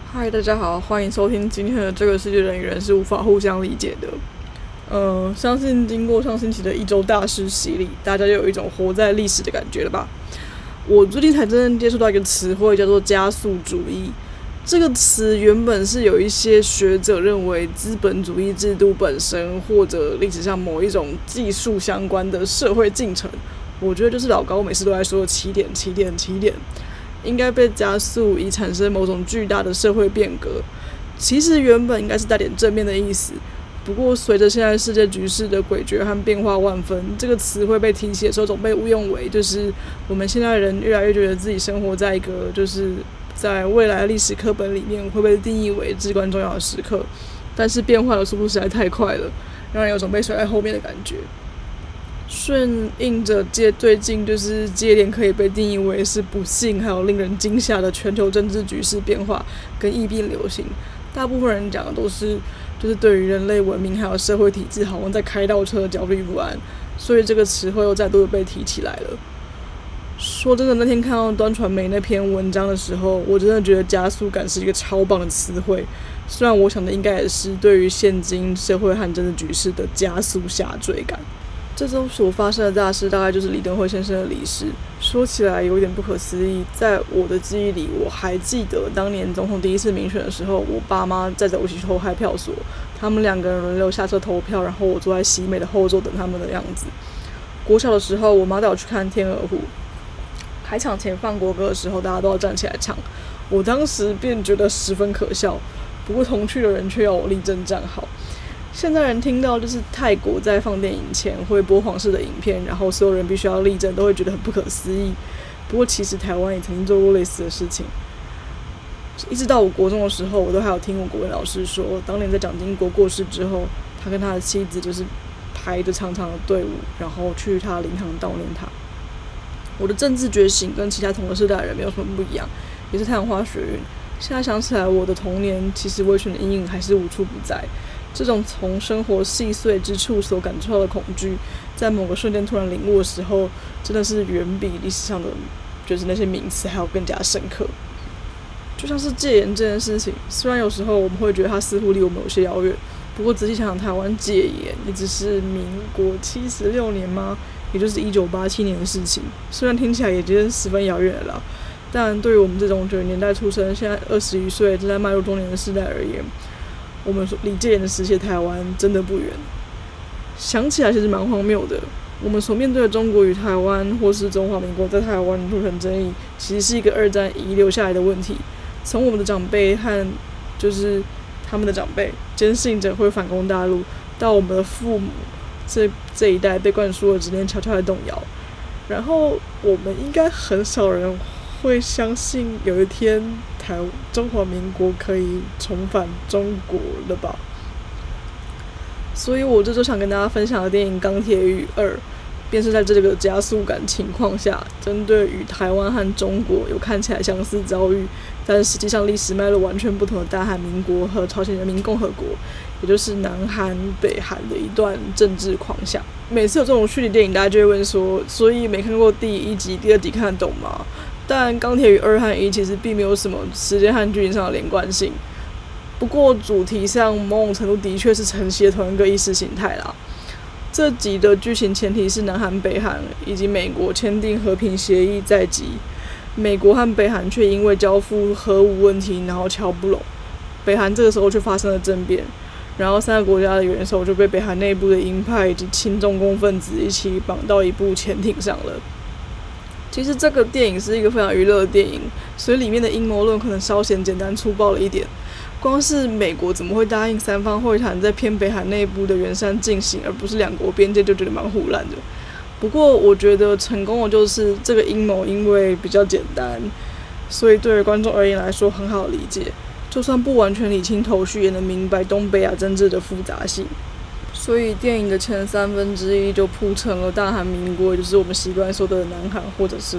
嗨，大家好，欢迎收听今天的这个世界人与人是无法互相理解的。相信经过上星期的一周大事洗礼，大家就有一种活在历史的感觉了吧？我最近才真正接触到一个词汇，叫做加速主义。这个词原本是有一些学者认为资本主义制度本身，或者历史上某一种技术相关的社会进程，我觉得就是老高每次都在说的起点，应该被加速，以产生某种巨大的社会变革。其实原本应该是带点正面的意思，不过随着现在世界局势的诡谲和变化万分，这个词汇被提起的时候，总被误用为就是我们现在人越来越觉得自己生活在一个就是在未来的历史课本里面会被定义为至关重要的时刻，但是变化的速度实在太快了，让人有种被甩在后面的感觉。顺应着最近就是接连可以被定义为是不幸还有令人惊吓的全球政治局势变化跟疫病流行，大部分人讲的都是就是对于人类文明还有社会体制好像在开倒车的焦虑不安，所以这个词汇又再度的被提起来了。说真的，那天看到端传媒那篇文章的时候，我真的觉得加速感是一个超棒的词汇，虽然我想的应该也是对于现今社会和政治局势的加速下坠感。这周所发生的大事大概就是李登辉先生的离世，说起来有点不可思议。在我的记忆里，我还记得当年总统第一次民选的时候，我爸妈载着我一起去投开票所，他们两个人轮流下车投票，然后我坐在喜美的后座等他们的样子。国小的时候，我妈带我去看天鹅湖，开场前放国歌的时候，大家都要站起来唱，我当时便觉得十分可笑，不过同去的人却要我立正站好。现在人听到就是泰国在放电影前会播皇室的影片，然后所有人必须要立正，都会觉得很不可思议。不过其实台湾也曾经做过类似的事情。一直到我国中的时候，我都还有听我国文老师说，当年在蒋经国过世之后，他跟他的妻子就是排着长长的队伍，然后去他灵堂悼念他。我的政治觉醒跟其他同个世代的人没有什么不一样，也是太阳花学运。现在想起来，我的童年其实威权的阴影还是无处不在。这种从生活细碎之处所感受到的恐惧，在某个瞬间突然领悟的时候，真的是远比历史上的就是那些名词还要更加深刻。就像是戒严这件事情，虽然有时候我们会觉得它似乎离我们有些遥远，不过仔细想想，台湾戒严也只是民国76年吗？也就是1987年的事情。虽然听起来也觉得十分遥远了啦，但对于我们这种90年代出生、现在21岁正在迈入中年的世代而言，我们离戒严的时期台湾真的不远。想起来其实蛮荒谬的，我们所面对的中国与台湾，或是中华民国在台湾的主权争议，其实是一个二战遗留下来的问题。从我们的长辈和就是他们的长辈坚信着会反攻大陆，到我们的父母这一代被灌输了执念悄悄的动摇，然后我们应该很少人会相信有一天中华民国可以重返中国了吧？所以我这就想跟大家分享的电影《钢铁与2》，便是在这个加速感情况下，针对与台湾和中国有看起来相似遭遇，但实际上历史脉络完全不同的大韩民国和朝鲜人民共和国，也就是南韩、北韩的一段政治狂想。每次有这种虚拟电影，大家就会问说，所以没看过第1集、第2集看得懂吗？但《钢铁与2》和1其实并没有什么时间和剧情上的连贯性，不过主题上某种程度的确是承袭了同一个意识形态啦。这集的剧情前提是南韩、北韩以及美国签订和平协议在即，美国和北韩却因为交付核武问题然后敲不拢，北韩这个时候却发生了政变，然后3个国家的元首就被北韩内部的鹰派以及亲中共分子一起绑到一部潜艇上了。其实这个电影是一个非常娱乐的电影，所以里面的阴谋论可能稍显简单粗暴了一点。光是美国怎么会答应三方会谈在偏北韩内部的圆山进行，而不是两国边界，就觉得蛮唬烂的。不过我觉得成功的就是这个阴谋，因为比较简单，所以对于观众而言来说很好理解。就算不完全理清头绪，也能明白东北亚政治的复杂性。所以电影的前1/3就铺成了大韩民国，也就是我们习惯说的南韩或者是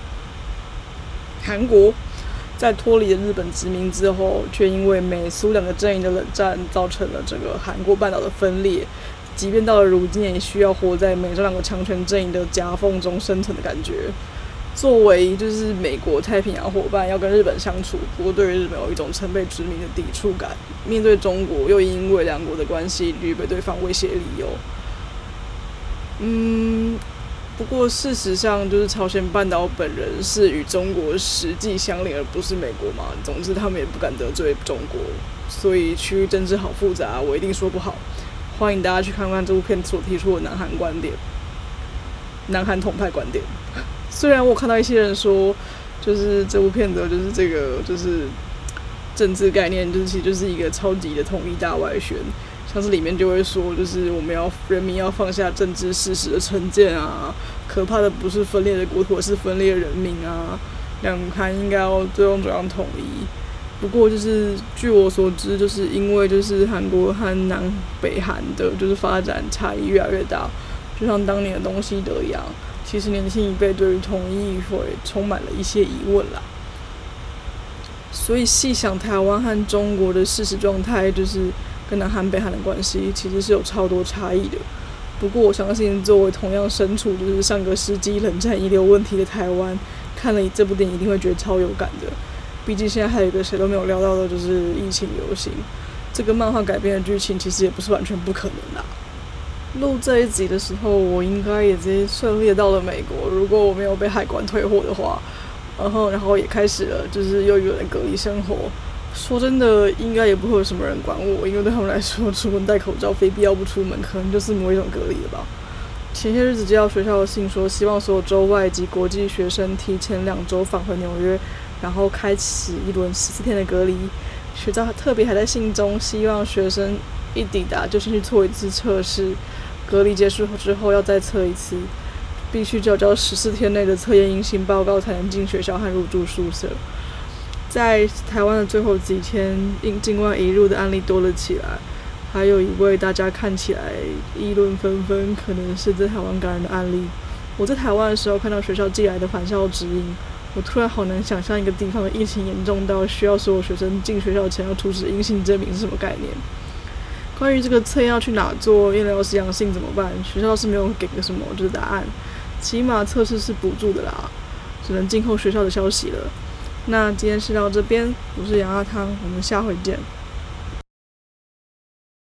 韩国，在脱离了日本殖民之后，却因为美苏两个阵营的冷战，造成了整个韩国半岛的分裂。即便到了如今，也需要活在美中两个强权阵营的夹缝中生存的感觉。 作为就是美国太平洋伙伴要跟日本相处，不过对于日本有一种曾被殖民的抵触感，面对中国又因为两国的关系屡被对方威胁理由。不过事实上就是朝鲜半岛本人是与中国实际相连，而不是美国嘛。总之他们也不敢得罪中国，所以区域政治好复杂，我一定说不好。欢迎大家去看看这部片所提出的南韩观点，南韩统派观点。虽然我看到一些人说，就是这部片的就是这个就是政治概念，就是其实就是一个超级的统一大外宣，像是里面就会说，就是我们人民要放下政治事实的成见啊，可怕的不是分裂的国土，而是分裂人民啊，两韩应该要最终走向统一。不过就是据我所知，就是因为就是韩国和南北韩的就是发展差异越来越大，就像当年的东西德一样，其实年轻一辈对于统一会充满了一些疑问啦。所以细想台湾和中国的事实状态，就是跟南韩北韩的关系其实是有超多差异的。不过我相信作为同样身处就是上个世纪冷战遗留问题的台湾，看了这部电影一定会觉得超有感的。毕竟现在还有一个谁都没有料到的就是疫情流行，这个漫画改编的剧情其实也不是完全不可能啦。录这一集的时候，我应该也直接顺利的到了美国，如果我没有被海关退货的话，然后也开始了就是又有人隔离生活。说真的，应该也不会有什么人管我，因为对他们来说，出门戴口罩，非必要不出门，可能就是某一种隔离了吧。前些日子接到学校的信说，希望所有州外及国际学生提前2周返回纽约，然后开启一轮14天的隔离。学校特别还在信中希望学生一抵达就先去做一次测试，隔离结束之后要再测一次，必须缴交14天内的测验阴性报告才能进学校和入住宿舍。在台湾的最后几天，境外移入的案例多了起来，还有一位大家看起来议论纷纷，可能是在台湾感染的案例。我在台湾的时候看到学校寄来的返校指引，我突然好难想象一个地方的疫情严重到需要所有学生进学校前要出示阴性证明是什么概念。关于这个测验要去哪做，验疗是阳性怎么办？学校是没有给个什么就是答案，起码测试是补助的啦，只能静候学校的消息了。那今天是到这边，我是杨阿汤，我们下回见。